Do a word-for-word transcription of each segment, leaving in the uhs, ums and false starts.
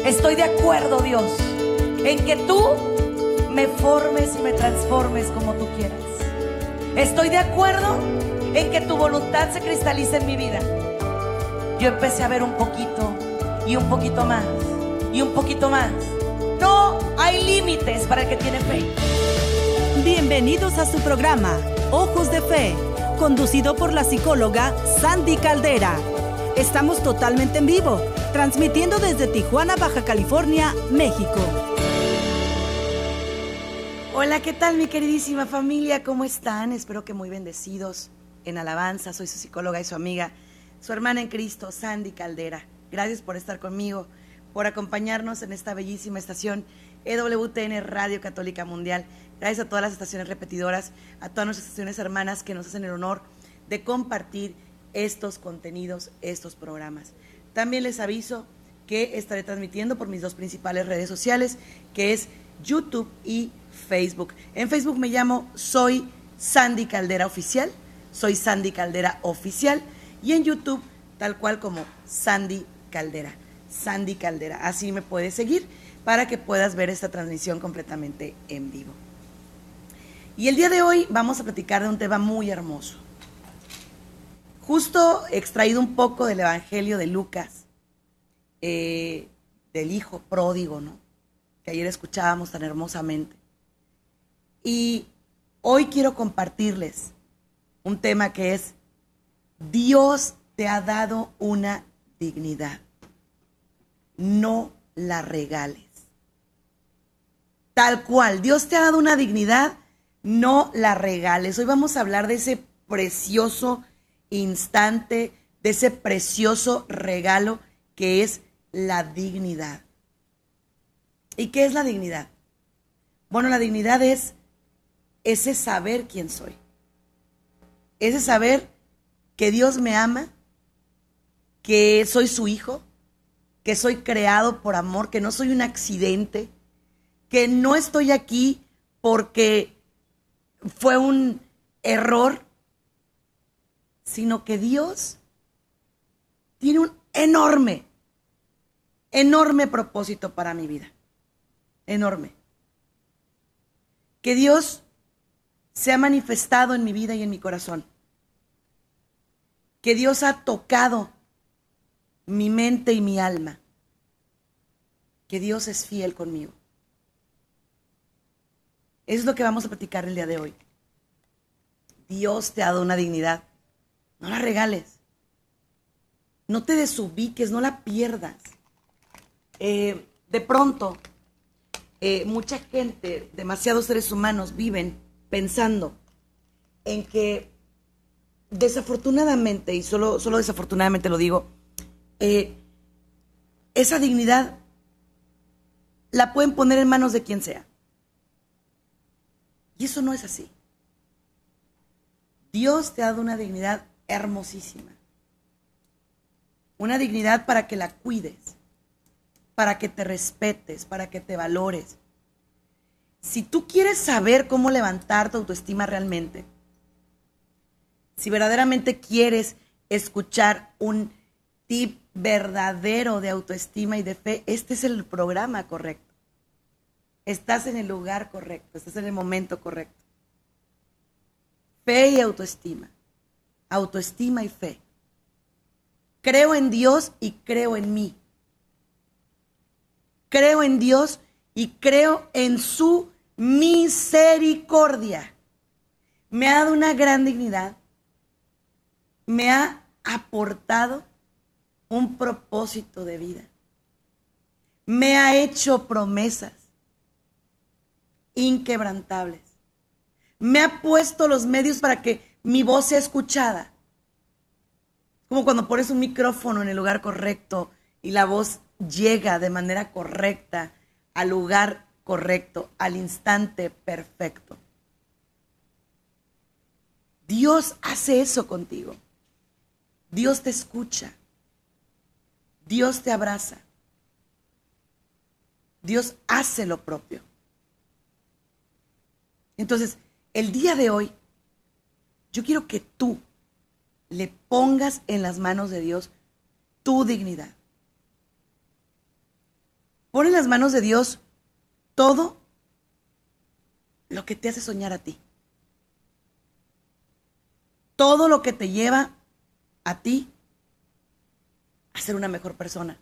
Estoy de acuerdo, Dios, en que tú me formes y me transformes como tú quieras. Estoy de acuerdo en que tu voluntad se cristalice en mi vida. Yo empecé a ver un poquito y un poquito más y un poquito más. No hay límites para el que tiene fe. Bienvenidos a su programa Ojos de Fe, conducido por la psicóloga Sandy Caldera. Estamos totalmente en vivo, transmitiendo desde Tijuana, Baja California, México. Hola, ¿qué tal, mi queridísima familia? ¿Cómo están? Espero que muy bendecidos en alabanza. Soy su psicóloga y su amiga, su hermana en Cristo, Sandy Caldera. Gracias por estar conmigo, por acompañarnos en esta bellísima estación E W T N Radio Católica Mundial. Gracias a todas las estaciones repetidoras, a todas nuestras estaciones hermanas que nos hacen el honor de compartir estos contenidos, estos programas. También les aviso que estaré transmitiendo por mis dos principales redes sociales, que es YouTube y Facebook. En Facebook me llamo Soy Sandy Caldera Oficial, Soy Sandy Caldera Oficial, y en YouTube tal cual como Sandy Caldera, Sandy Caldera. Así me puedes seguir para que puedas ver esta transmisión completamente en vivo. Y el día de hoy vamos a platicar de un tema muy hermoso, justo extraído un poco del Evangelio de Lucas, eh, del hijo pródigo, ¿no?, que ayer escuchábamos tan hermosamente. Y hoy quiero compartirles un tema que es: Dios te ha dado una dignidad, no la regales. Tal cual, Dios te ha dado una dignidad, no la regales. Hoy vamos a hablar de ese precioso instante, de ese precioso regalo que es la dignidad. ¿Y qué es la dignidad? Bueno, la dignidad es ese saber quién soy, ese saber que Dios me ama, que soy su hijo, que soy creado por amor, que no soy un accidente, que no estoy aquí porque fue un error, sino que Dios tiene un enorme, enorme propósito para mi vida. Enorme. Que Dios se ha manifestado en mi vida y en mi corazón. Que Dios ha tocado mi mente y mi alma. Que Dios es fiel conmigo. Eso es lo que vamos a platicar el día de hoy. Dios te ha dado una dignidad. No la regales. No te desubiques, no la pierdas. Eh, de pronto, eh, mucha gente, demasiados seres humanos viven pensando en que desafortunadamente, y solo, solo desafortunadamente lo digo, eh, esa dignidad la pueden poner en manos de quien sea. Y eso no es así. Dios te ha dado una dignidad hermosísima. Una dignidad para que la cuides, para que te respetes, para que te valores. Si tú quieres saber cómo levantar tu autoestima realmente, si verdaderamente quieres escuchar un tip verdadero de autoestima y de fe, este es el programa correcto. Estás en el lugar correcto, estás en el momento correcto. Fe y autoestima. Autoestima y fe. Creo en Dios y creo en mí. Creo en Dios y creo en su misericordia. Me ha dado una gran dignidad. Me ha aportado un propósito de vida. Me ha hecho promesas inquebrantables. Me ha puesto los medios para que mi voz sea escuchada. Como cuando pones un micrófono en el lugar correcto y la voz llega de manera correcta al lugar correcto, al instante perfecto. Dios hace eso contigo. Dios te escucha. Dios te abraza. Dios hace lo propio. Entonces, el día de hoy, yo quiero que tú le pongas en las manos de Dios tu dignidad. Pon en las manos de Dios todo lo que te hace soñar a ti. Todo lo que te lleva a ti a ser una mejor persona.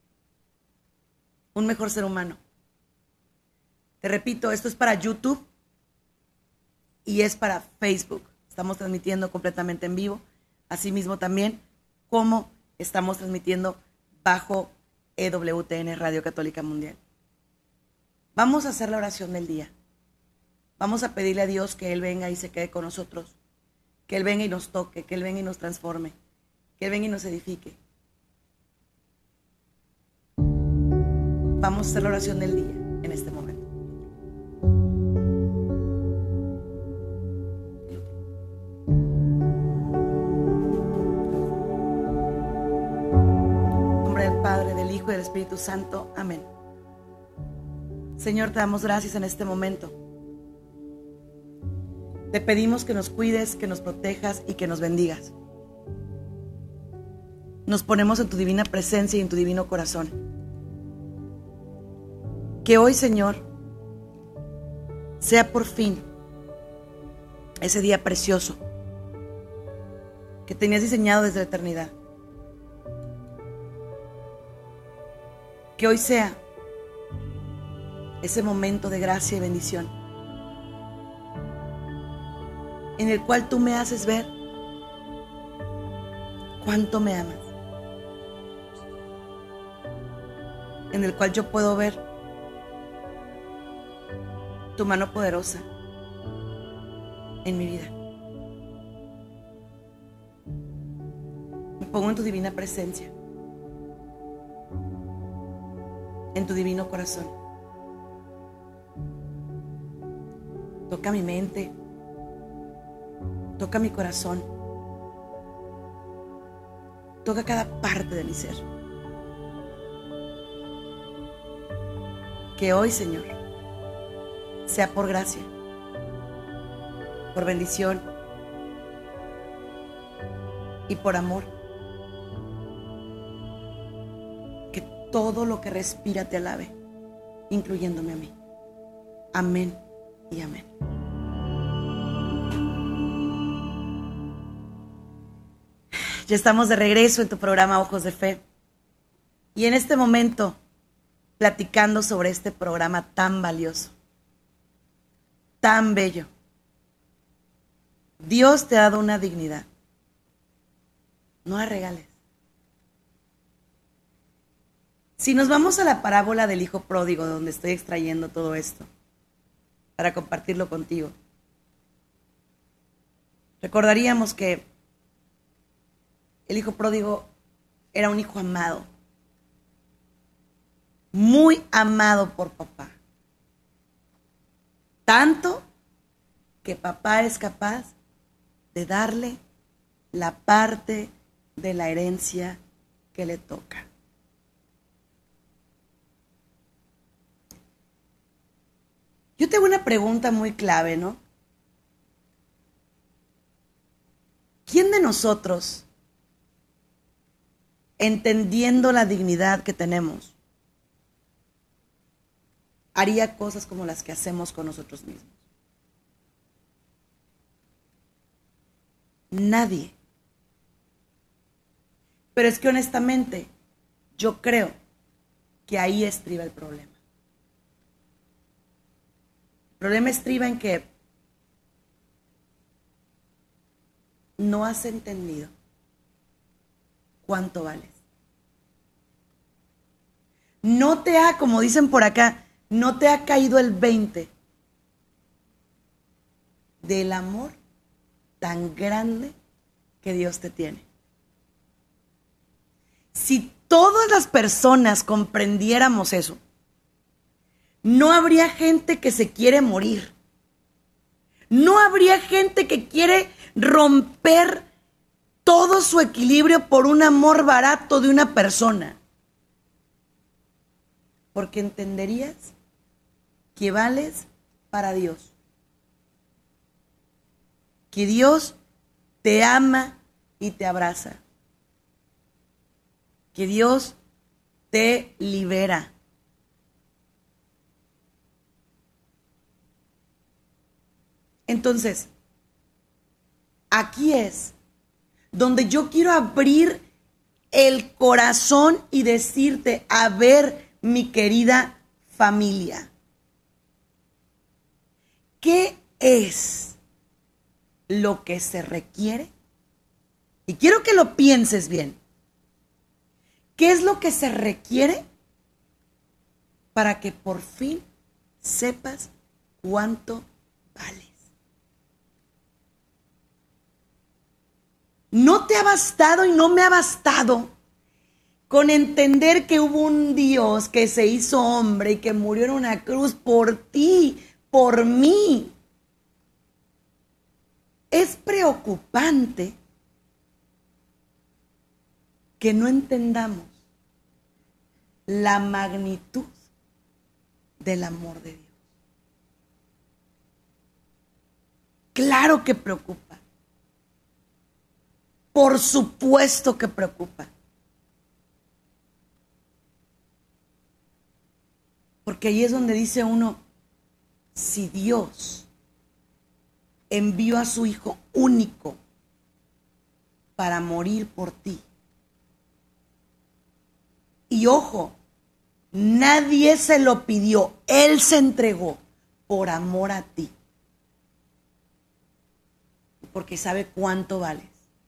Un mejor ser humano. Te repito, esto es para YouTube y es para Facebook. Estamos transmitiendo completamente en vivo. Asimismo también como estamos transmitiendo bajo E W T N Radio Católica Mundial. Vamos a hacer la oración del día. Vamos a pedirle a Dios que Él venga y se quede con nosotros. Que Él venga y nos toque, que Él venga y nos transforme. Que Él venga y nos edifique. Vamos a hacer la oración del día en este momento. En nombre del Padre, del Hijo y del Espíritu Santo. Amén. Señor, te damos gracias en este momento. Te pedimos que nos cuides, que nos protejas y que nos bendigas. Nos ponemos en tu divina presencia y en tu divino corazón. Que hoy, Señor, sea por fin ese día precioso que tenías diseñado desde la eternidad. Que hoy sea ese momento de gracia y bendición en el cual tú me haces ver cuánto me amas, en el cual yo puedo ver tu mano poderosa en mi vida. Me pongo en tu divina presencia, en tu divino corazón. Toca mi mente, toca mi corazón, toca cada parte de mi ser. Que hoy, Señor, sea por gracia, por bendición y por amor, que todo lo que respira te alabe, incluyéndome a mí. Amén y amén. Ya estamos de regreso en tu programa Ojos de Fe. Y en este momento, platicando sobre este programa tan valioso, tan bello. Dios te ha dado una dignidad. No la regales. Si nos vamos a la parábola del hijo pródigo, de donde estoy extrayendo todo esto, para compartirlo contigo, recordaríamos que el hijo pródigo era un hijo amado, muy amado por papá. Tanto que papá es capaz de darle la parte de la herencia que le toca. Yo tengo una pregunta muy clave, ¿no? ¿Quién de nosotros, entendiendo la dignidad que tenemos, haría cosas como las que hacemos con nosotros mismos? Nadie. Pero es que honestamente, yo creo que ahí estriba el problema. El problema estriba en que no has entendido cuánto vales. No te ha, como dicen por acá, no te ha caído el veinte del amor tan grande que Dios te tiene. Si todas las personas comprendiéramos eso, no habría gente que se quiere morir. No habría gente que quiere romper todo su equilibrio por un amor barato de una persona. Porque entenderías que vales para Dios. Que Dios te ama y te abraza. Que Dios te libera. Entonces, aquí es donde yo quiero abrir el corazón y decirte, a ver, mi querida familia, ¿qué es lo que se requiere? Y quiero que lo pienses bien. ¿Qué es lo que se requiere para que por fin sepas cuánto vales? No te ha bastado y no me ha bastado con entender que hubo un Dios que se hizo hombre y que murió en una cruz por ti, por mí. Es preocupante que no entendamos la magnitud del amor de Dios. Claro que preocupa. Por supuesto que preocupa. Porque ahí es donde dice uno, si Dios envió a su Hijo único para morir por ti, y ojo, nadie se lo pidió, Él se entregó por amor a ti, porque sabe cuánto vales,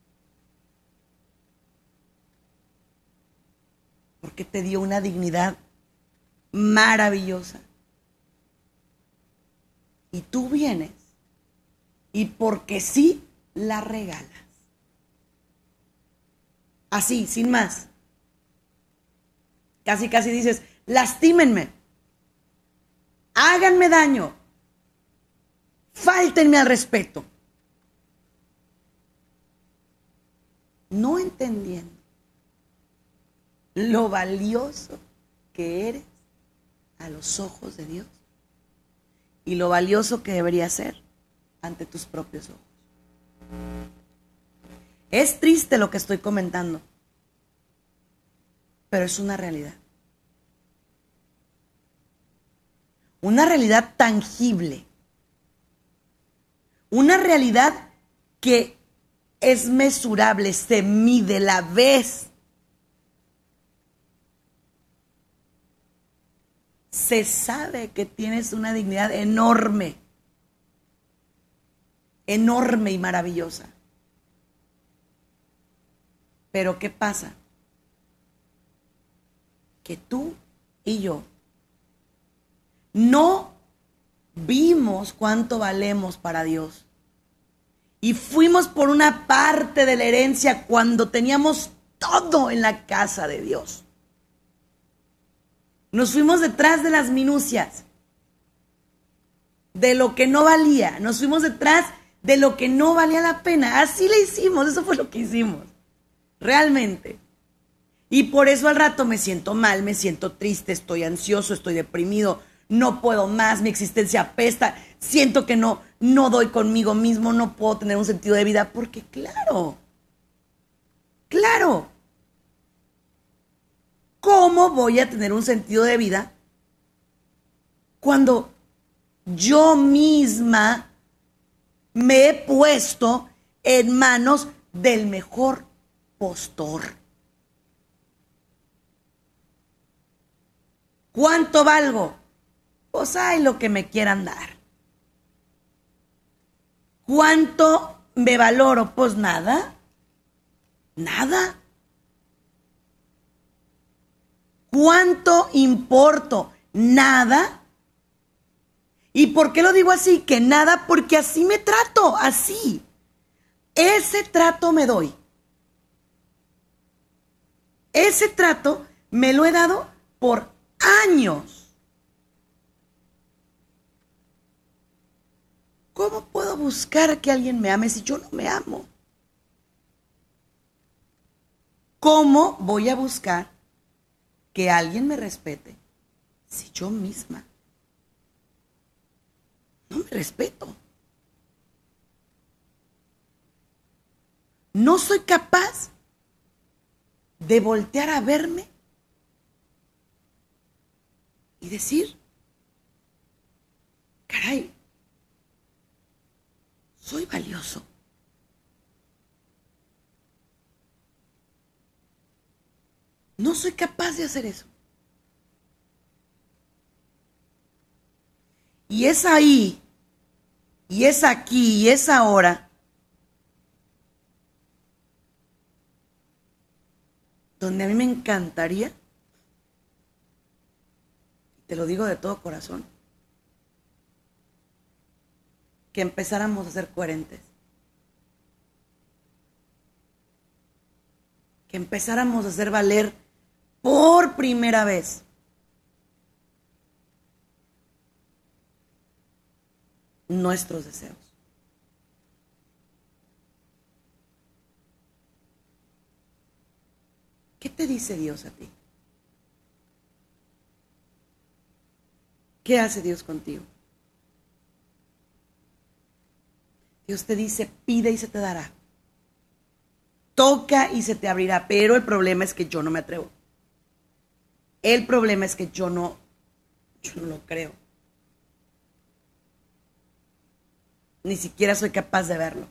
porque te dio una dignidad maravillosa. Y tú vienes y porque sí la regalas. Así, sin más. Casi, casi dices, lastímenme, háganme daño, fáltenme al respeto. No entendiendo lo valioso que eres a los ojos de Dios y lo valioso que debería ser ante tus propios ojos. Es triste lo que estoy comentando, pero es una realidad. Una realidad tangible. Una realidad que es mesurable, se mide, la ves. Se sabe que tienes una dignidad enorme, enorme y maravillosa. Pero ¿qué pasa? Que tú y yo no vimos cuánto valemos para Dios. Y fuimos por una parte de la herencia cuando teníamos todo en la casa de Dios. Nos fuimos detrás de las minucias, de lo que no valía. Nos fuimos detrás de lo que no valía la pena. Así le hicimos, eso fue lo que hicimos. Realmente. Y por eso al rato me siento mal, me siento triste, estoy ansioso, estoy deprimido, no puedo más, mi existencia apesta, siento que no, no doy conmigo mismo, no puedo tener un sentido de vida, porque claro, claro, ¿cómo voy a tener un sentido de vida cuando yo misma me he puesto en manos del mejor postor? ¿Cuánto valgo? Pues hay lo que me quieran dar. ¿Cuánto me valoro? Pues nada. Nada. ¿Cuánto importo? Nada. ¿Y por qué lo digo así? Que nada, porque así me trato, así. Ese trato me doy. Ese trato me lo he dado por años. ¿Cómo puedo buscar que alguien me ame si yo no me amo? ¿Cómo voy a buscar que alguien me respete si yo misma no me respeto? No soy capaz de voltear a verme y decir, caray, No soy capaz de hacer eso. Y es ahí, y es aquí, y es ahora, donde a mí me encantaría, te lo digo de todo corazón, que empezáramos a ser coherentes. Que empezáramos a hacer valer por primera vez nuestros deseos. ¿Qué te dice Dios a ti? ¿Qué hace Dios contigo? Dios te dice, pide y se te dará. Toca y se te abrirá, pero el problema es que yo no me atrevo. El problema es que yo no, yo no lo creo. Ni siquiera soy capaz de verlo.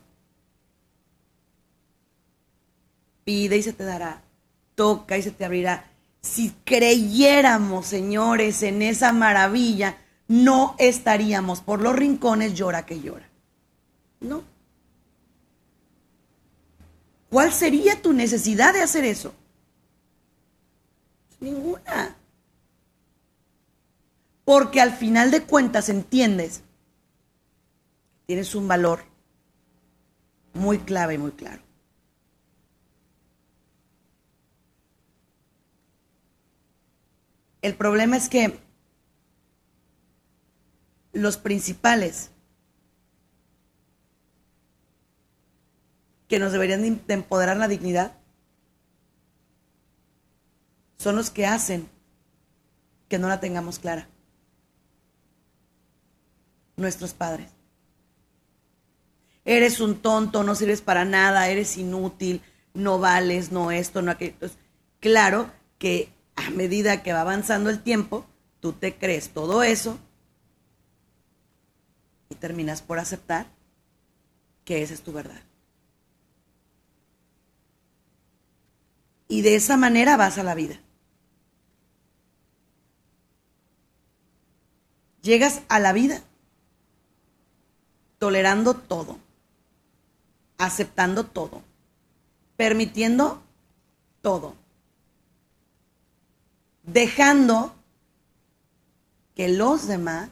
Pide y se te dará. Toca y se te abrirá. Si creyéramos, señores, en esa maravilla, no estaríamos por los rincones llora que llora. No. ¿Cuál sería tu necesidad de hacer eso? Ninguna. Porque al final de cuentas entiendes que tienes un valor muy clave y muy claro. El problema es que los principales que nos deberían de empoderar la dignidad son los que hacen que no la tengamos clara. Nuestros padres. Eres un tonto, no sirves para nada, eres inútil, no vales, no esto, no aquello. Entonces, claro que a medida que va avanzando el tiempo, tú te crees todo eso y terminas por aceptar que esa es tu verdad. Y de esa manera vas a la vida. Llegas a la vida tolerando todo, aceptando todo, permitiendo todo, dejando que los demás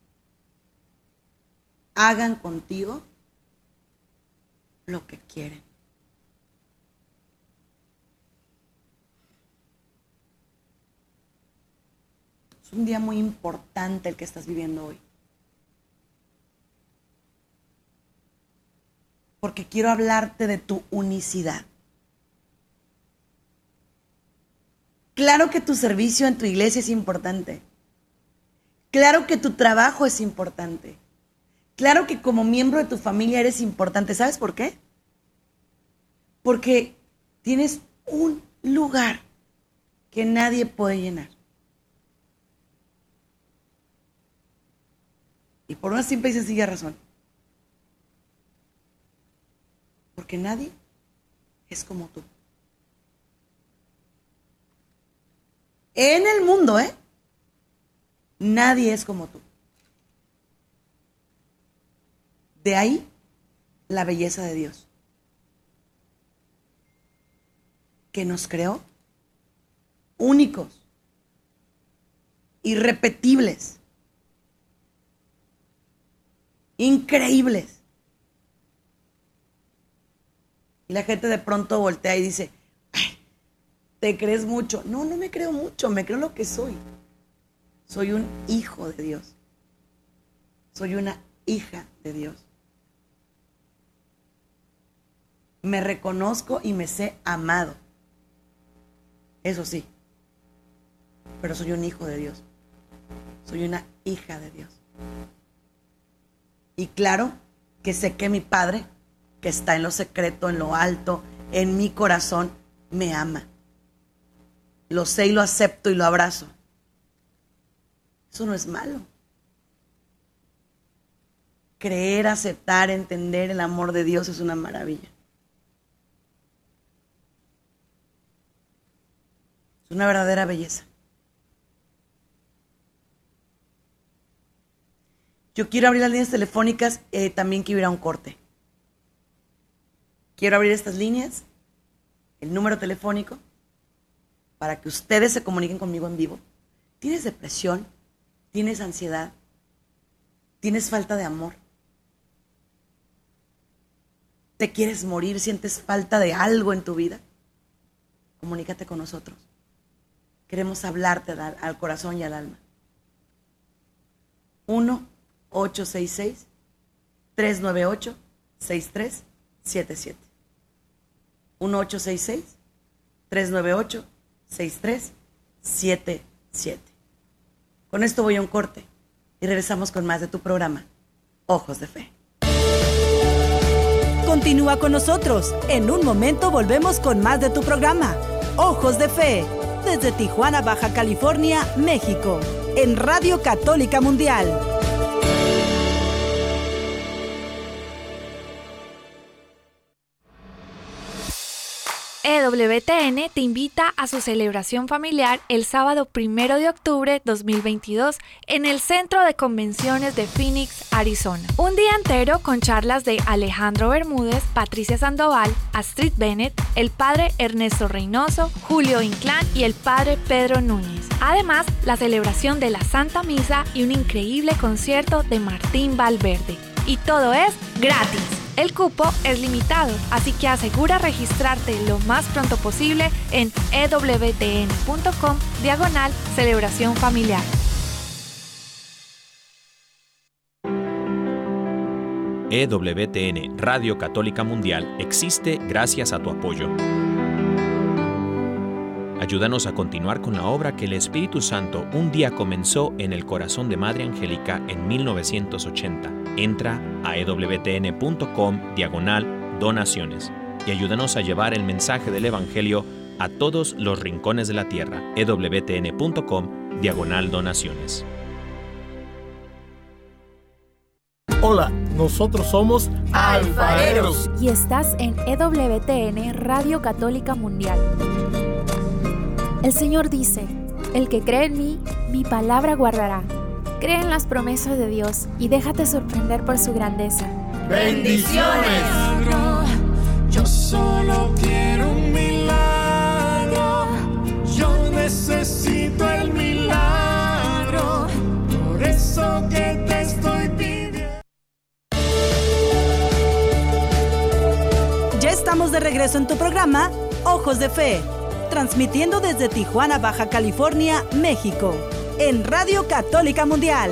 hagan contigo lo que quieren. Es un día muy importante el que estás viviendo hoy. Porque quiero hablarte de tu unicidad. Claro que tu servicio en tu iglesia es importante. Claro que tu trabajo es importante. Claro que como miembro de tu familia eres importante. ¿Sabes por qué? Porque tienes un lugar que nadie puede llenar. Y por una simple y sencilla razón. Porque nadie es como tú. En el mundo, ¿eh? Nadie es como tú. De ahí la belleza de Dios. Que nos creó únicos, irrepetibles, increíbles. Y la gente de pronto voltea y dice, ay, ¿te crees mucho? No, no me creo mucho, me creo lo que soy. Soy un hijo de Dios. Soy una hija de Dios. Me reconozco y me sé amado. Eso sí. Pero soy un hijo de Dios. Soy una hija de Dios. Y claro que sé que mi Padre, que está en lo secreto, en lo alto, en mi corazón, me ama. Lo sé y lo acepto y lo abrazo. Eso no es malo. Creer, aceptar, entender el amor de Dios es una maravilla. Es una verdadera belleza. Yo quiero abrir las líneas telefónicas, eh, también quiero ir a un corte. Quiero abrir estas líneas, el número telefónico, para que ustedes se comuniquen conmigo en vivo. ¿Tienes depresión? ¿Tienes ansiedad? ¿Tienes falta de amor? ¿Te quieres morir? ¿Sientes falta de algo en tu vida? Comunícate con nosotros. Queremos hablarte al, al corazón y al alma. uno ocho seis seis, tres nueve ocho, seis tres siete siete. uno ocho seis seis, tres nueve ocho, seis tres siete siete. Con esto voy a un corte y regresamos con más de tu programa, Ojos de Fe. Continúa con nosotros. En un momento volvemos con más de tu programa, Ojos de Fe, desde Tijuana, Baja California, México, en Radio Católica Mundial. E W T N te invita a su celebración familiar el sábado primero de octubre dos mil veintidós en el Centro de Convenciones de Phoenix, Arizona. Un día entero con charlas de Alejandro Bermúdez, Patricia Sandoval, Astrid Bennett, el padre Ernesto Reynoso, Julio Inclán y el padre Pedro Núñez. Además, la celebración de la Santa Misa y un increíble concierto de Martín Valverde. Y todo es gratis. El cupo es limitado, así que asegura registrarte lo más pronto posible en ewtn.com diagonal celebración familiar. E W T N Radio Católica Mundial existe gracias a tu apoyo. Ayúdanos a continuar con la obra que el Espíritu Santo un día comenzó en el corazón de Madre Angélica en mil novecientos ochenta. Entra a ewtn.com diagonal donaciones y ayúdanos a llevar el mensaje del Evangelio a todos los rincones de la tierra. ewtn.com diagonal donaciones. Hola, nosotros somos Alfareros y estás en E W T N Radio Católica Mundial. El Señor dice, el que cree en mí, mi palabra guardará. Cree en las promesas de Dios y déjate sorprender por su grandeza. ¡Bendiciones! Yo solo quiero un milagro. Yo necesito el milagro. Por eso que te estoy pidiendo. Ya estamos de regreso en tu programa, Ojos de Fe, transmitiendo desde Tijuana, Baja California, México, en Radio Católica Mundial.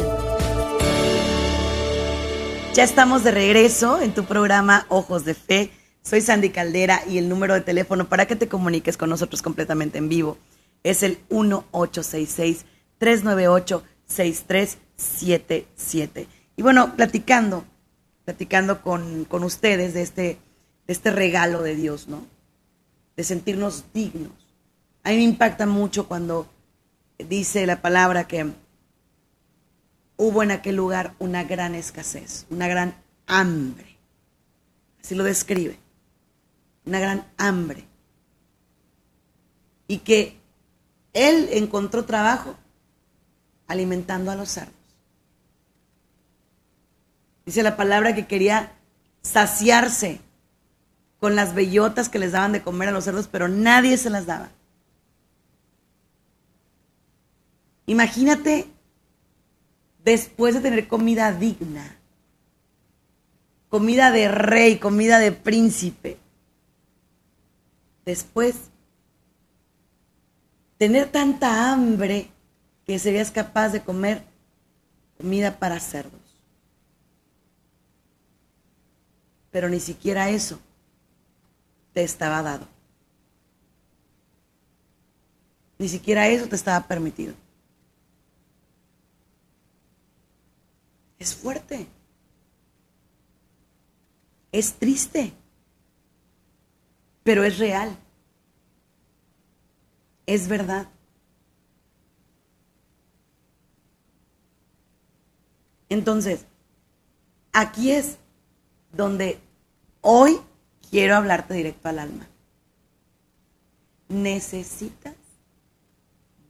Ya estamos de regreso en tu programa Ojos de Fe. Soy Sandy Caldera y el número de teléfono para que te comuniques con nosotros completamente en vivo es el uno ocho seis seis, tres nueve ocho, seis tres siete siete. Y bueno, platicando, platicando con, con ustedes de este, de este regalo de Dios, ¿no? De sentirnos dignos. A mí me impacta mucho cuando dice la palabra que hubo en aquel lugar una gran escasez, una gran hambre. Así lo describe. Una gran hambre. Y que él encontró trabajo alimentando a los cerdos. Dice la palabra que quería saciarse con las bellotas que les daban de comer a los cerdos, pero nadie se las daba. Imagínate después de tener comida digna, comida de rey, comida de príncipe, después tener tanta hambre que serías capaz de comer comida para cerdos. Pero ni siquiera eso te estaba dado. Ni siquiera eso te estaba permitido. Es fuerte. Es triste. Pero es real. Es verdad. Entonces, aquí es donde hoy quiero hablarte directo al alma. Necesitas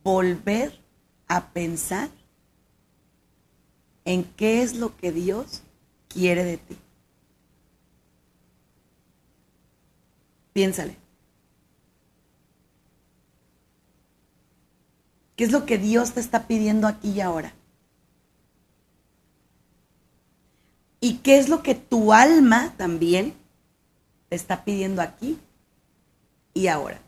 volver a pensar en qué es lo que Dios quiere de ti. Piénsale. ¿Qué es lo que Dios te está pidiendo aquí y ahora? ¿Y qué es lo que tu alma también te está pidiendo aquí y ahora?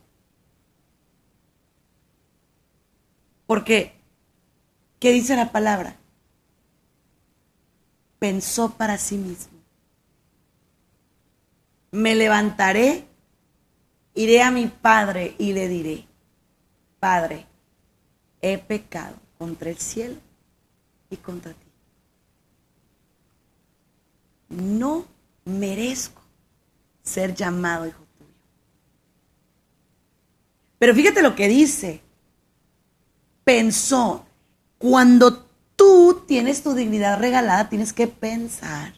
Porque, ¿qué dice la palabra? Pensó para sí mismo. Me levantaré, iré a mi padre y le diré, Padre, he pecado contra el cielo y contra ti. No merezco ser llamado hijo tuyo. Pero fíjate lo que dice. Pensó. Cuando tú tienes tu dignidad regalada, tienes que pensar.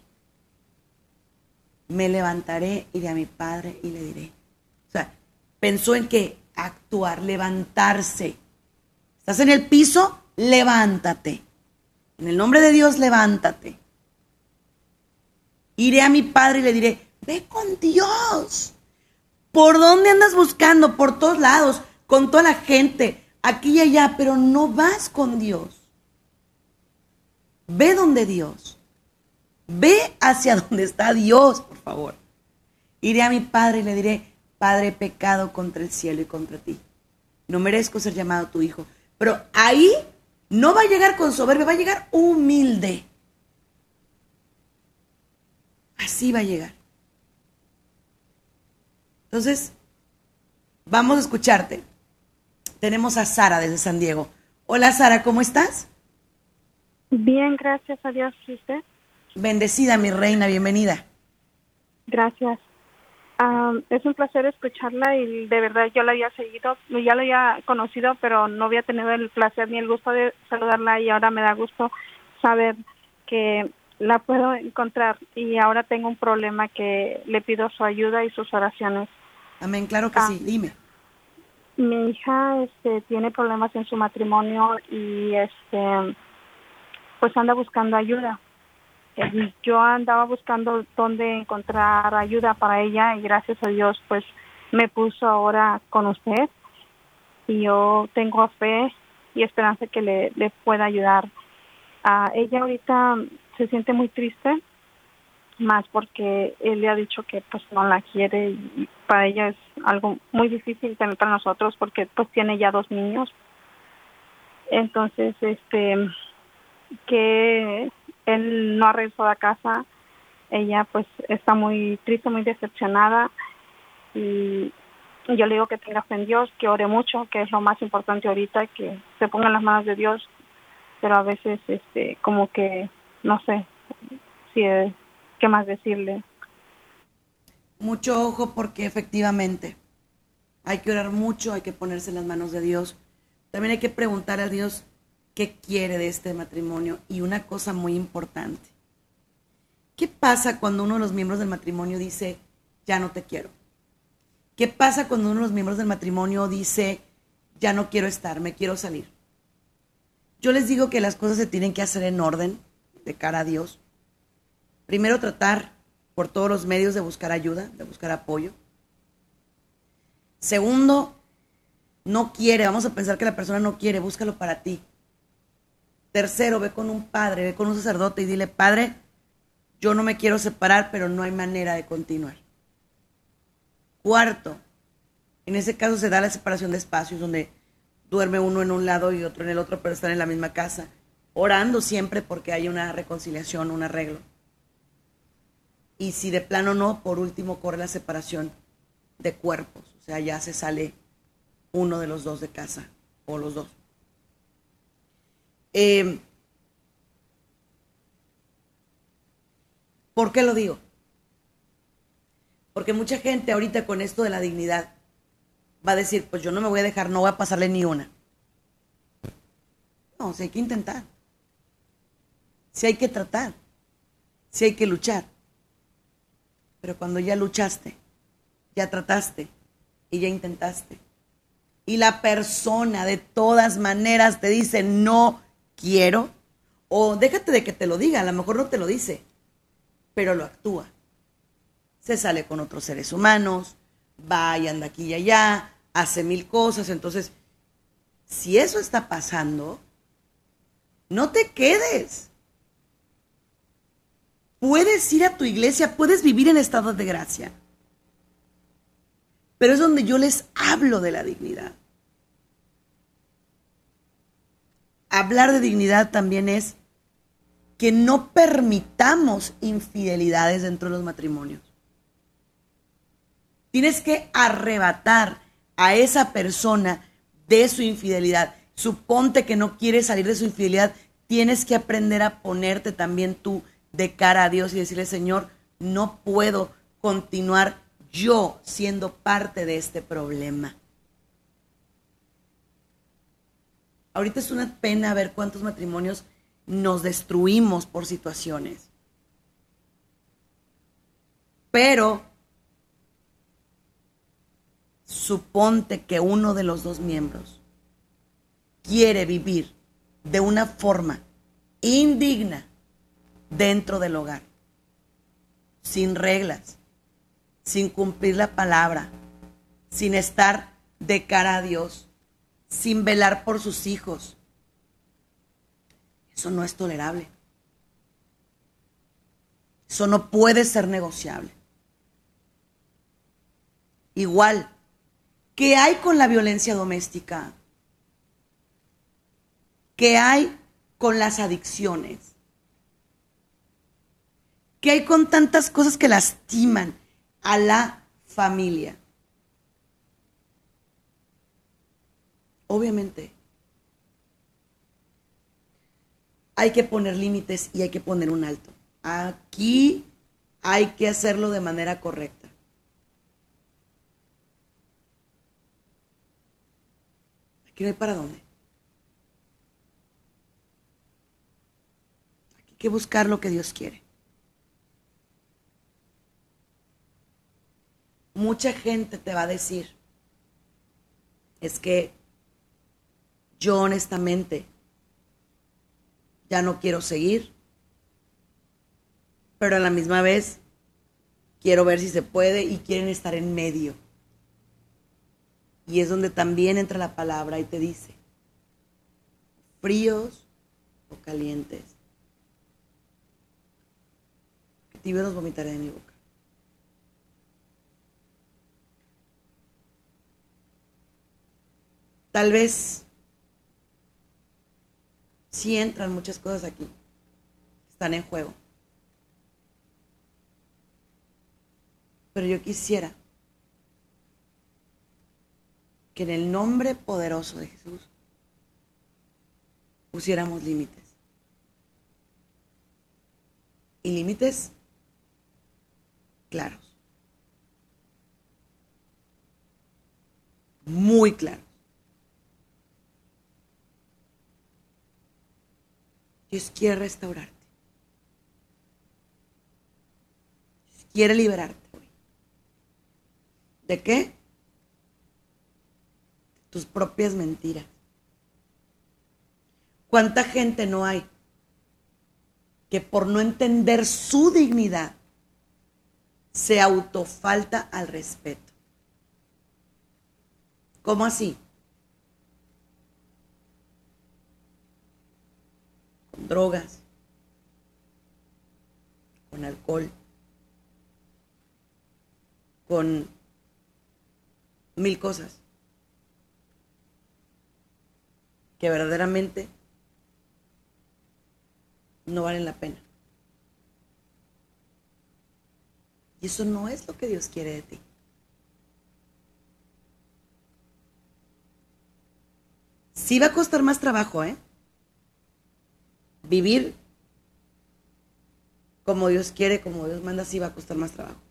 Me levantaré, iré a mi padre y le diré. O sea, pensó en que actuar, levantarse. ¿Estás en el piso? Levántate. En el nombre de Dios, levántate. Iré a mi padre y le diré, ve con Dios. ¿Por dónde andas buscando? Por todos lados, con toda la gente, aquí y allá, pero no vas con Dios. Ve donde Dios. Ve hacia donde está Dios, por favor. Iré a mi padre y le diré, Padre, he pecado contra el cielo y contra ti. No merezco ser llamado tu hijo. Pero ahí no va a llegar con soberbia, va a llegar humilde. Así va a llegar. Entonces, vamos a escucharte. Tenemos a Sara desde San Diego. Hola Sara, ¿cómo estás? Bien, gracias a Dios. ¿Y usted? Bendecida, mi reina, bienvenida. Gracias. Um, es un placer escucharla y de verdad yo la había seguido, ya la había conocido, pero no había tenido el placer ni el gusto de saludarla y ahora me da gusto saber que la puedo encontrar y ahora tengo un problema que le pido su ayuda y sus oraciones. Amén, claro que ah, sí, dime. Mi hija este, tiene problemas en su matrimonio y este, pues anda buscando ayuda. Eh, yo andaba buscando dónde encontrar ayuda para ella y gracias a Dios pues me puso ahora con usted y yo tengo fe y esperanza que le, le pueda ayudar. Uh, ella ahorita se siente muy triste, más porque él le ha dicho que pues no la quiere y para ella es algo muy difícil también para nosotros porque pues tiene ya dos niños. Entonces, este, que él no ha regresado a casa, ella pues está muy triste, muy decepcionada y yo le digo que tenga fe en Dios, que ore mucho, que es lo más importante ahorita, que se ponga en las manos de Dios, pero a veces este como que no sé si es, qué más decirle. Mucho ojo porque efectivamente hay que orar mucho, hay que ponerse en las manos de Dios. También hay que preguntar a Dios qué quiere de este matrimonio. Y una cosa muy importante, ¿qué pasa cuando uno de los miembros del matrimonio dice, ya no te quiero? ¿Qué pasa cuando uno de los miembros del matrimonio dice, ya no quiero estar, me quiero salir? Yo les digo que las cosas se tienen que hacer en orden, de cara a Dios. Primero tratar por todos los medios de buscar ayuda, de buscar apoyo. Segundo, no quiere, vamos a pensar que la persona no quiere, búscalo para ti. Tercero, ve con un padre, ve con un sacerdote y dile, Padre, yo no me quiero separar, pero no hay manera de continuar. Cuarto, en ese caso se da la separación de espacios donde duerme uno en un lado y otro en el otro, pero están en la misma casa, orando siempre porque hay una reconciliación, un arreglo. Y si de plano no, por último corre la separación de cuerpos, o sea, ya se sale uno de los dos de casa, o los dos. Eh, ¿Por qué lo digo? Porque mucha gente ahorita con esto de la dignidad va a decir, pues yo no me voy a dejar, no voy a pasarle ni una. No, si hay que intentar. Si hay que tratar. Si hay que luchar. Pero cuando ya luchaste, ya trataste y ya intentaste, y la persona de todas maneras te dice no quiero, o déjate de que te lo diga, a lo mejor no te lo dice, pero lo actúa. Se sale con otros seres humanos, va y anda aquí y allá, hace mil cosas. Entonces, si eso está pasando, no te quedes. Puedes ir a tu iglesia, puedes vivir en estado de gracia. Pero es donde yo les hablo de la dignidad. Hablar de dignidad también es que no permitamos infidelidades dentro de los matrimonios. Tienes que arrebatar a esa persona de su infidelidad. Suponte que no quieres salir de su infidelidad. Tienes que aprender a ponerte también tú de cara a Dios y decirle, Señor, no puedo continuar yo siendo parte de este problema. Ahorita es una pena ver cuántos matrimonios nos destruimos por situaciones. Pero suponte que uno de los dos miembros quiere vivir de una forma indigna dentro del hogar, sin reglas, sin cumplir la palabra, sin estar de cara a Dios, sin velar por sus hijos. Eso no es tolerable. Eso no puede ser negociable. Igual, ¿qué hay con la violencia doméstica? ¿Qué hay con las adicciones? ¿Qué hay con tantas cosas que lastiman a la familia? Obviamente, hay que poner límites y hay que poner un alto. Aquí hay que hacerlo de manera correcta. Aquí no hay para dónde. Aquí hay que buscar lo que Dios quiere. Mucha gente te va a decir, es que yo honestamente ya no quiero seguir, pero a la misma vez quiero ver si se puede y quieren estar en medio. Y es donde también entra la palabra y te dice, fríos o calientes, que tibios los vomitaré de mi boca. Tal vez sí entran muchas cosas aquí, están en juego. Pero yo quisiera que en el nombre poderoso de Jesús pusiéramos límites. Y límites claros. Muy claros. Dios quiere restaurarte. Dios quiere liberarte. ¿De qué? De tus propias mentiras. ¿Cuánta gente no hay que por no entender su dignidad se autofalta al respeto? ¿Cómo así? Con drogas, con alcohol, con mil cosas que verdaderamente no valen la pena. Y eso no es lo que Dios quiere de ti. Sí va a costar más trabajo, ¿eh? Vivir como Dios quiere, como Dios manda, sí va a costar más trabajo.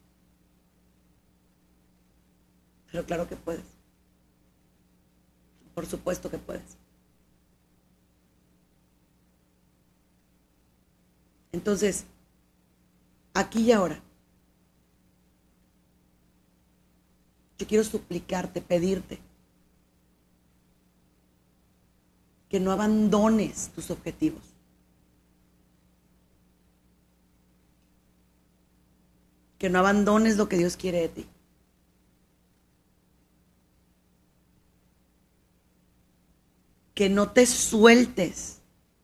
Pero claro que puedes. Por supuesto que puedes. Entonces, aquí y ahora, yo quiero suplicarte, pedirte que no abandones tus objetivos. Que no abandones lo que Dios quiere de ti. Que no te sueltes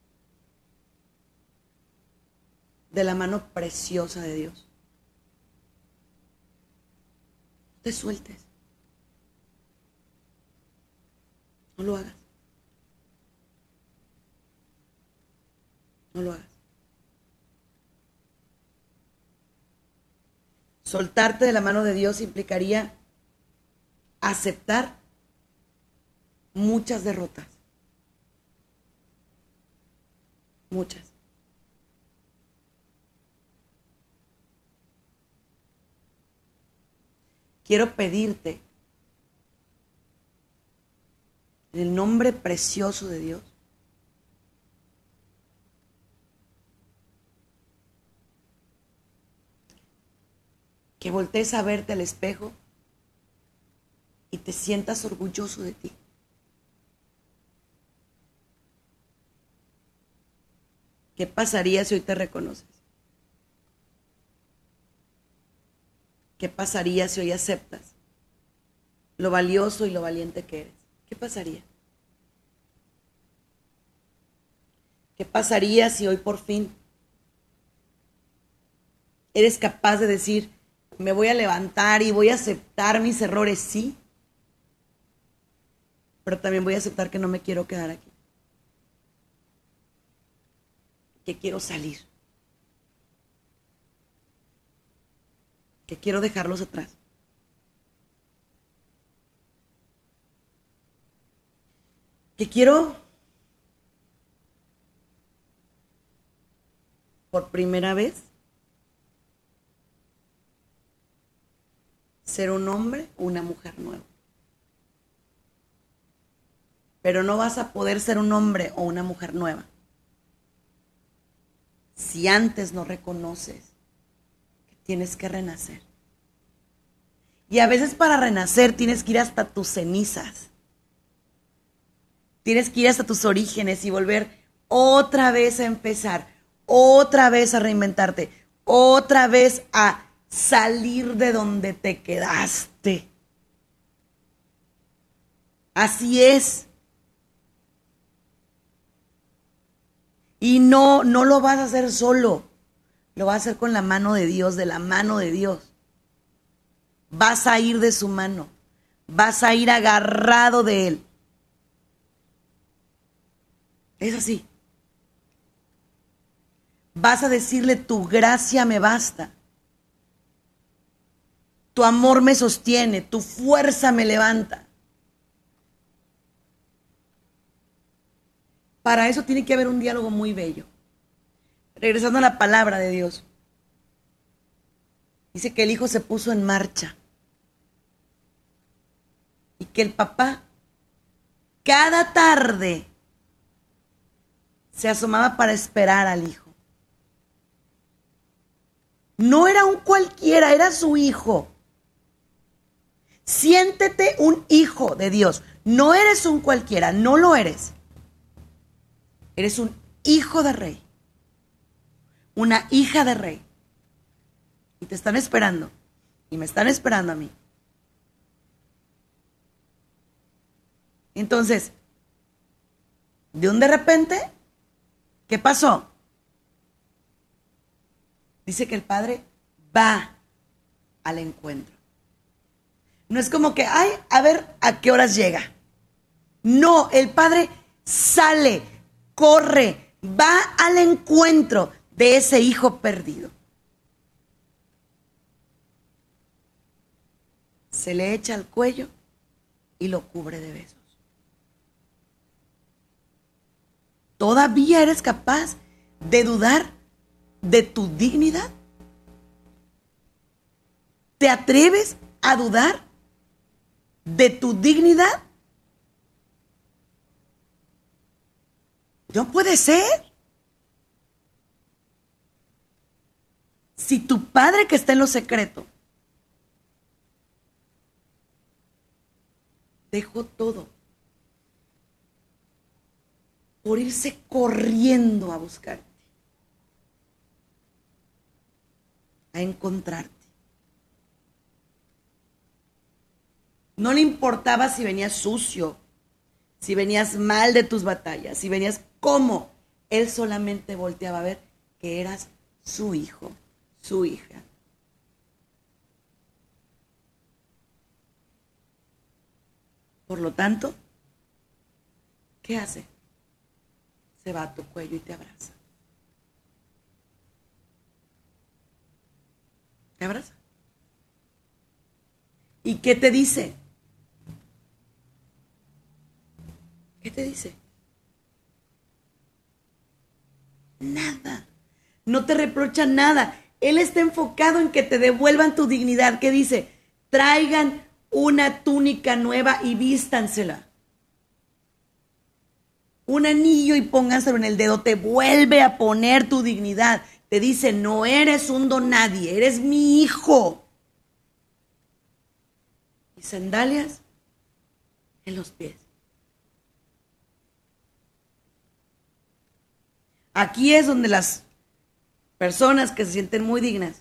de la mano preciosa de Dios. No te sueltes. No lo hagas. No lo hagas. Soltarte de la mano de Dios implicaría aceptar muchas derrotas. Muchas. Quiero pedirte, en el nombre precioso de Dios, que voltees a verte al espejo y te sientas orgulloso de ti. ¿Qué pasaría si hoy te reconoces? ¿Qué pasaría si hoy aceptas lo valioso y lo valiente que eres? ¿Qué pasaría? ¿Qué pasaría si hoy por fin eres capaz de decir, me voy a levantar y voy a aceptar mis errores? Sí, pero también voy a aceptar que no me quiero quedar aquí, que quiero salir, que quiero dejarlos atrás. Que quiero, por primera vez, ser un hombre o una mujer nuevo. Pero no vas a poder ser un hombre o una mujer nueva si antes no reconoces que tienes que renacer. Y a veces para renacer tienes que ir hasta tus cenizas. Tienes que ir hasta tus orígenes y volver otra vez a empezar, otra vez a reinventarte, otra vez a salir de donde te quedaste. Así es. Y no, no lo vas a hacer solo. Lo vas a hacer con la mano de Dios, de la mano de Dios. Vas a ir de su mano. Vas a ir agarrado de Él. Es así. Vas a decirle, tu gracia me basta. Tu amor me sostiene, tu fuerza me levanta. Para eso tiene que haber un diálogo muy bello. Regresando a la palabra de Dios. Dice que el hijo se puso en marcha. Y que el papá, cada tarde, se asomaba para esperar al hijo. No era un cualquiera, era su hijo. Siéntete un hijo de Dios. No eres un cualquiera, no lo eres. Eres un hijo de rey. Una hija de rey. Y te están esperando. Y me están esperando a mí. Entonces, de un de repente, ¿qué pasó? Dice que el padre va al encuentro. No es como que, ay, a ver a qué horas llega. No, el padre sale, corre, va al encuentro de ese hijo perdido. Se le echa al cuello y lo cubre de besos. ¿Todavía eres capaz de dudar de tu dignidad? ¿Te atreves a dudar de tu dignidad? No puede ser. Si tu padre que está en lo secreto dejó todo por irse corriendo a buscarte, a encontrarte. No le importaba si venías sucio, si venías mal de tus batallas, si venías cómo. Él solamente volteaba a ver que eras su hijo, su hija. Por lo tanto, ¿qué hace? Se va a tu cuello y te abraza. ¿Te abraza? ¿Y qué te dice? ¿Qué te dice? Nada. No te reprocha nada. Él está enfocado en que te devuelvan tu dignidad. ¿Qué dice? Traigan una túnica nueva y vístansela. Un anillo y pónganselo en el dedo. Te vuelve a poner tu dignidad. Te dice, no eres un don nadie, eres mi hijo. Y sandalias en los pies. Aquí es donde las personas que se sienten muy dignas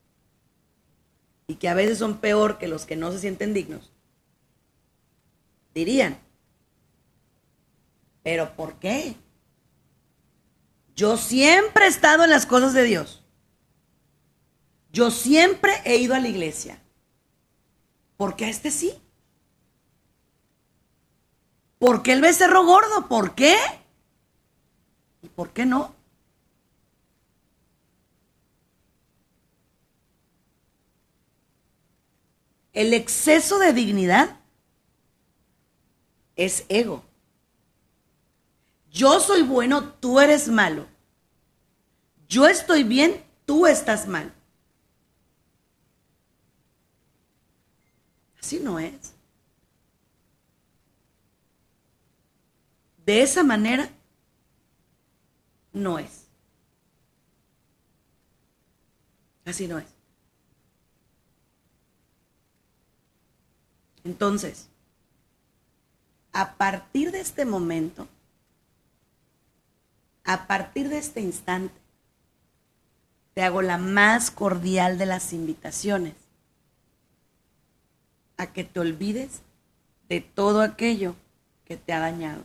y que a veces son peor que los que no se sienten dignos, dirían, ¿pero por qué? Yo siempre he estado en las cosas de Dios. Yo siempre he ido a la iglesia. ¿Por qué a este sí? ¿Por qué el becerro gordo? ¿Por qué? ¿Y por qué no? El exceso de dignidad es ego. Yo soy bueno, tú eres malo. Yo estoy bien, tú estás mal. Así no es. De esa manera no es. Así no es. Entonces, a partir de este momento, a partir de este instante, te hago la más cordial de las invitaciones a que te olvides de todo aquello que te ha dañado.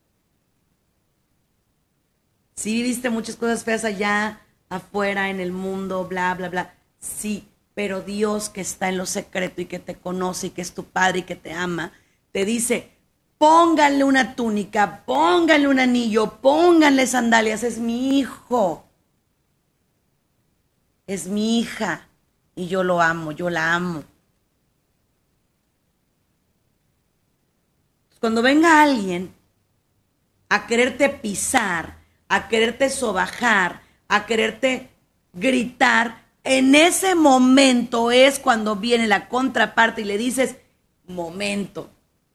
Sí viviste muchas cosas feas allá afuera en el mundo, bla, bla, bla. Sí, pero Dios, que está en lo secreto y que te conoce y que es tu Padre y que te ama, te dice, pónganle una túnica, pónganle un anillo, pónganle sandalias, es mi hijo. Es mi hija y yo lo amo, yo la amo. Cuando venga alguien a quererte pisar, a quererte sobajar, a quererte gritar, en ese momento es cuando viene la contraparte y le dices, momento,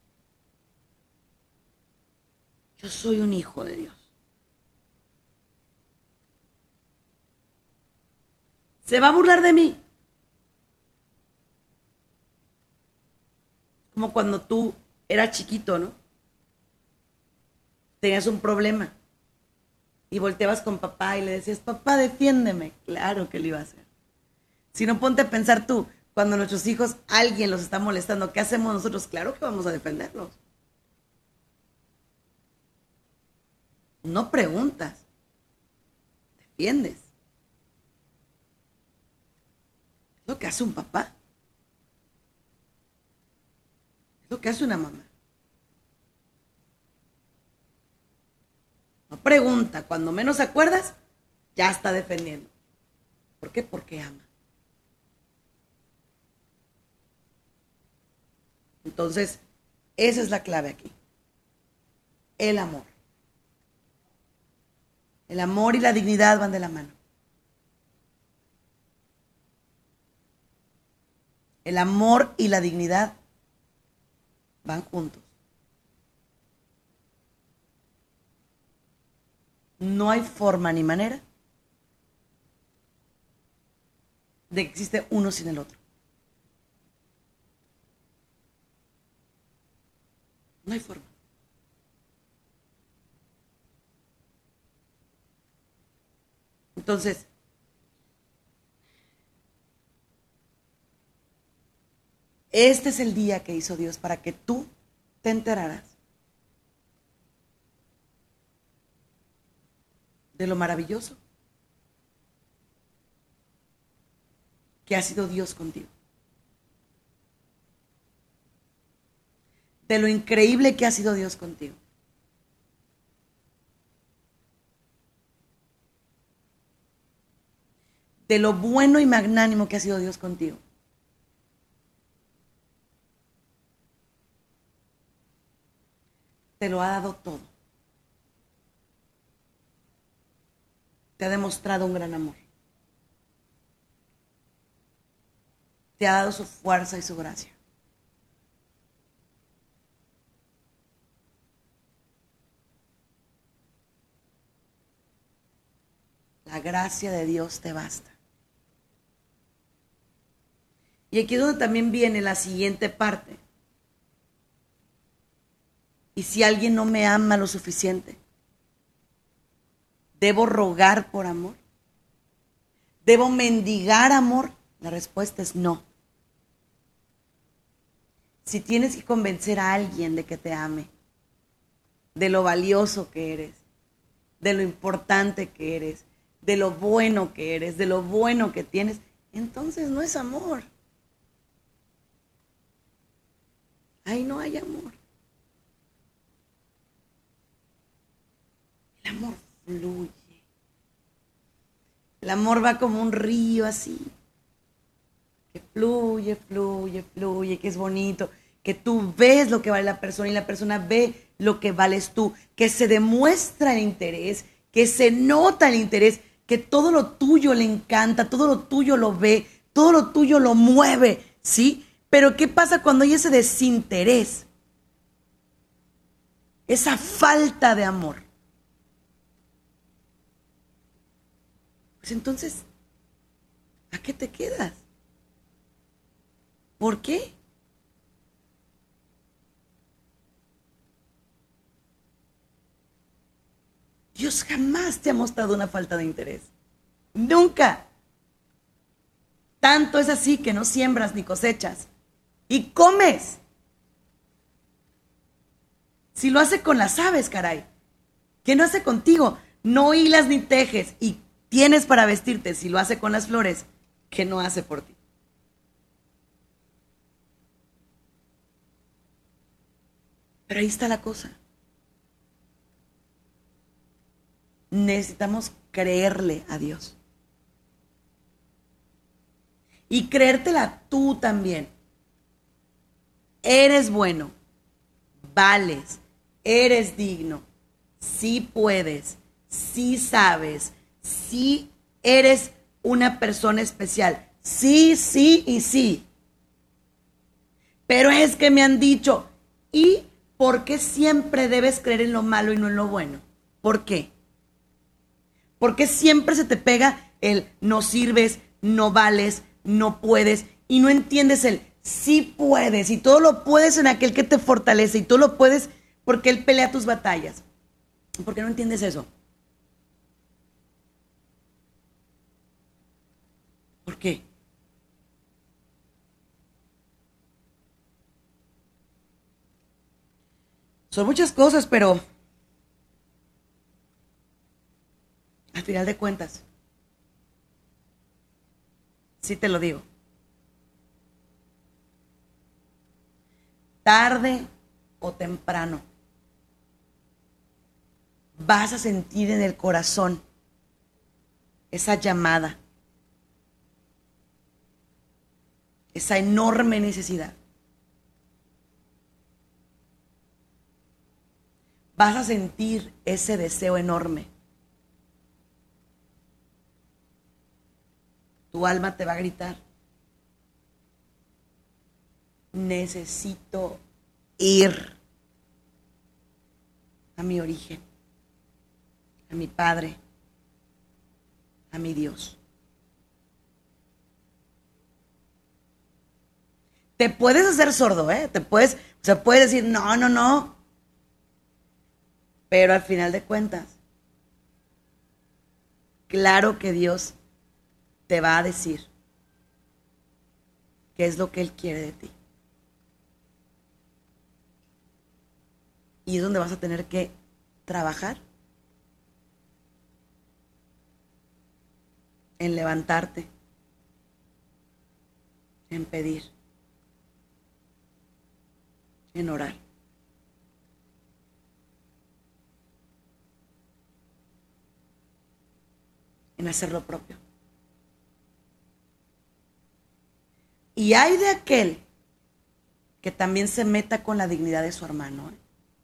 yo soy un hijo de Dios. ¿Se va a burlar de mí? Como cuando tú eras chiquito, ¿no? Tenías un problema y volteabas con papá y le decías, papá, defiéndeme. Claro que lo iba a hacer. Si no, ponte a pensar tú, cuando nuestros hijos, alguien los está molestando, ¿qué hacemos nosotros? Claro que vamos a defenderlos. No preguntas, defiendes. Es lo que hace un papá. Es lo que hace una mamá. No pregunta, cuando menos acuerdas, ya está defendiendo. ¿Por qué? Porque ama. Entonces, esa es la clave aquí. El amor. El amor y la dignidad van de la mano. El amor y la dignidad van juntos. No hay forma ni manera de que existe uno sin el otro. No hay forma. Entonces, este es el día que hizo Dios para que tú te enteraras de lo maravilloso que ha sido Dios contigo. De lo increíble que ha sido Dios contigo. De lo bueno y magnánimo que ha sido Dios contigo. Te lo ha dado todo. Te ha demostrado un gran amor. Te ha dado su fuerza y su gracia. La gracia de Dios te basta. Y aquí es donde también viene la siguiente parte. Y si alguien no me ama lo suficiente, ¿debo rogar por amor? ¿Debo mendigar amor? La respuesta es no. Si tienes que convencer a alguien de que te ame, de lo valioso que eres, de lo importante que eres, de lo bueno que eres, de lo bueno que tienes, entonces no es amor. Ahí no hay amor. El amor fluye. El amor va como un río así, que fluye, fluye, fluye, que es bonito, que tú ves lo que vale la persona y la persona ve lo que vales tú, que se demuestra el interés, que se nota el interés, que todo lo tuyo le encanta, todo lo tuyo lo ve, todo lo tuyo lo mueve, ¿sí? Pero ¿qué pasa cuando hay ese desinterés? Esa falta de amor. Pues entonces, ¿a qué te quedas? ¿Por qué? Dios jamás te ha mostrado una falta de interés. Nunca. Tanto es así que no siembras ni cosechas. Y comes. Si lo hace con las aves, caray. ¿Qué no hace contigo? No hilas ni tejes y tienes para vestirte. Si lo hace con las flores, ¿qué no hace por ti? Pero ahí está la cosa. Necesitamos creerle a Dios. Y creértela tú también. Eres bueno, vales, eres digno, sí puedes, sí sabes, sí eres una persona especial. Sí, sí y sí. Pero es que me han dicho, ¿y por qué siempre debes creer en lo malo y no en lo bueno? ¿Por qué? ¿Por qué siempre se te pega el no sirves, no vales, no puedes y no entiendes el sí puedes y todo lo puedes en aquel que te fortalece y tú lo puedes porque Él pelea tus batallas? ¿Por qué no entiendes eso? ¿Por qué? Son muchas cosas, pero al final de cuentas, sí te lo digo. Tarde o temprano, vas a sentir en el corazón esa llamada, esa enorme necesidad. Vas a sentir ese deseo enorme. Tu alma te va a gritar: necesito ir a mi origen, a mi Padre, a mi Dios. Te puedes hacer sordo, ¿eh? Te puedes, o sea, puedes decir no, no, no. Pero al final de cuentas, claro que Dios te va a decir qué es lo que Él quiere de ti. Y es donde vas a tener que trabajar en levantarte, en pedir, en orar. En hacer lo propio. Y hay de aquel que también se meta con la dignidad de su hermano. ¿eh?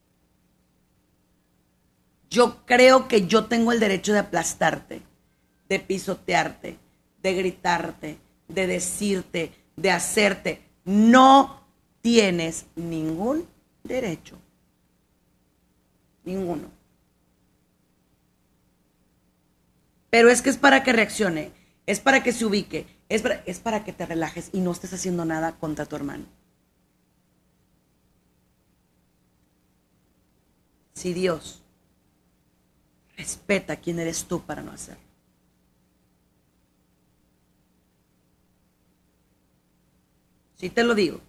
Yo creo que yo tengo el derecho de aplastarte, de pisotearte, de gritarte, de decirte, de hacerte. No tienes ningún derecho. Ninguno. Pero es que es para que reaccione, es para que se ubique, es para, es para que te relajes y no estés haciendo nada contra tu hermano. Si Dios respeta quién eres tú para no hacerlo. Sí te lo digo.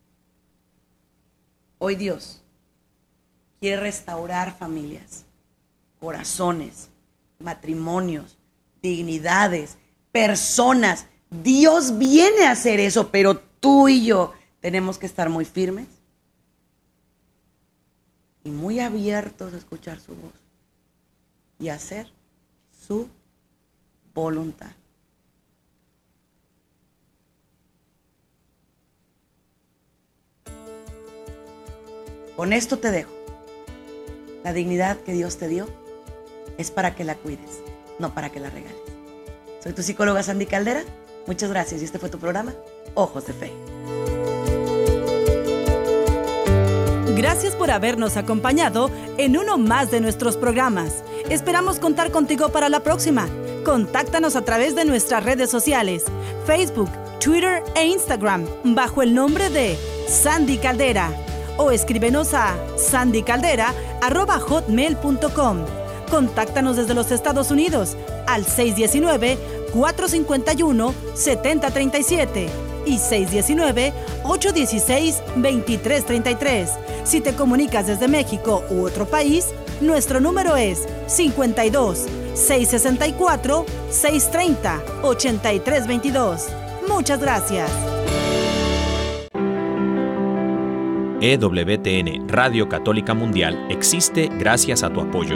Hoy Dios quiere restaurar familias, corazones, matrimonios, dignidades, personas. Dios viene a hacer eso, pero tú y yo tenemos que estar muy firmes y muy abiertos a escuchar su voz y hacer su voluntad. Con esto te dejo. La dignidad que Dios te dio es para que la cuides, no para que la regales. Soy tu psicóloga Sandy Caldera. Muchas gracias y este fue tu programa, Ojos de Fe. Gracias por habernos acompañado en uno más de nuestros programas. Esperamos contar contigo para la próxima. Contáctanos a través de nuestras redes sociales, Facebook, Twitter e Instagram, bajo el nombre de Sandy Caldera. O escríbenos a sandy caldera arroba hotmail punto com. Contáctanos desde los Estados Unidos al seis uno nueve, cuatro cinco uno, siete cero tres siete y seis uno nueve, ocho uno seis, dos tres tres tres. Si te comunicas desde México u otro país, nuestro número es cincuenta y dos, seiscientos sesenta y cuatro, seiscientos treinta, ochenta y tres veintidós. Muchas gracias. E W T N Radio Católica Mundial existe gracias a tu apoyo.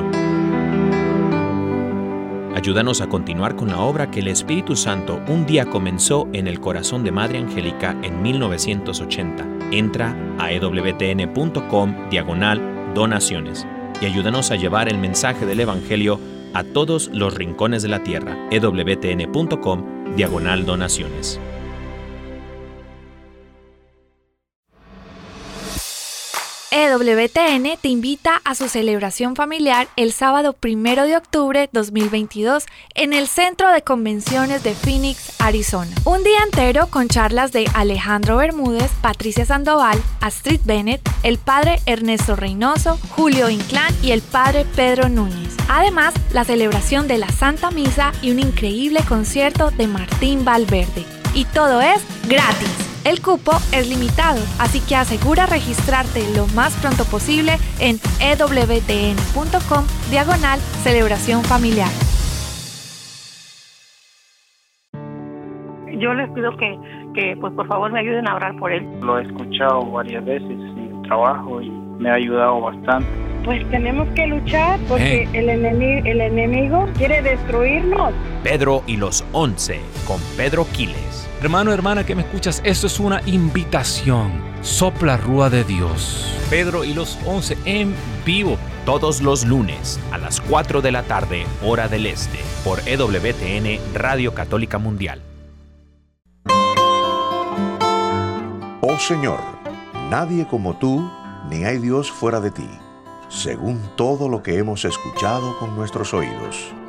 Ayúdanos a continuar con la obra que el Espíritu Santo un día comenzó en el corazón de Madre Angélica en mil novecientos ochenta. Entra a ewtn.com diagonal donaciones y ayúdanos a llevar el mensaje del Evangelio a todos los rincones de la tierra. ewtn.com diagonal donaciones. E W T N te invita a su celebración familiar el sábado primero de octubre dos mil veintidós en el Centro de Convenciones de Phoenix, Arizona. Un día entero con charlas de Alejandro Bermúdez, Patricia Sandoval, Astrid Bennett, el padre Ernesto Reynoso, Julio Inclán y el padre Pedro Núñez. Además, la celebración de la Santa Misa y un increíble concierto de Martín Valverde. Y todo es gratis. El cupo es limitado, así que asegura registrarte lo más pronto posible en ewtn.com diagonal celebración familiar. Yo les pido que, que pues por favor me ayuden a orar por él. Lo he escuchado varias veces en el trabajo y me ha ayudado bastante. Pues tenemos que luchar porque eh. el, enemigo, el enemigo quiere destruirnos. Pedro y los once con Pedro Quiles. Hermano, hermana que me escuchas, esto es una invitación. Sopla Rúa de Dios. Pedro y los once en vivo. Todos los lunes a las cuatro de la tarde, hora del este, por E W T N Radio Católica Mundial. Oh Señor, nadie como tú, ni hay Dios fuera de ti, según todo lo que hemos escuchado con nuestros oídos.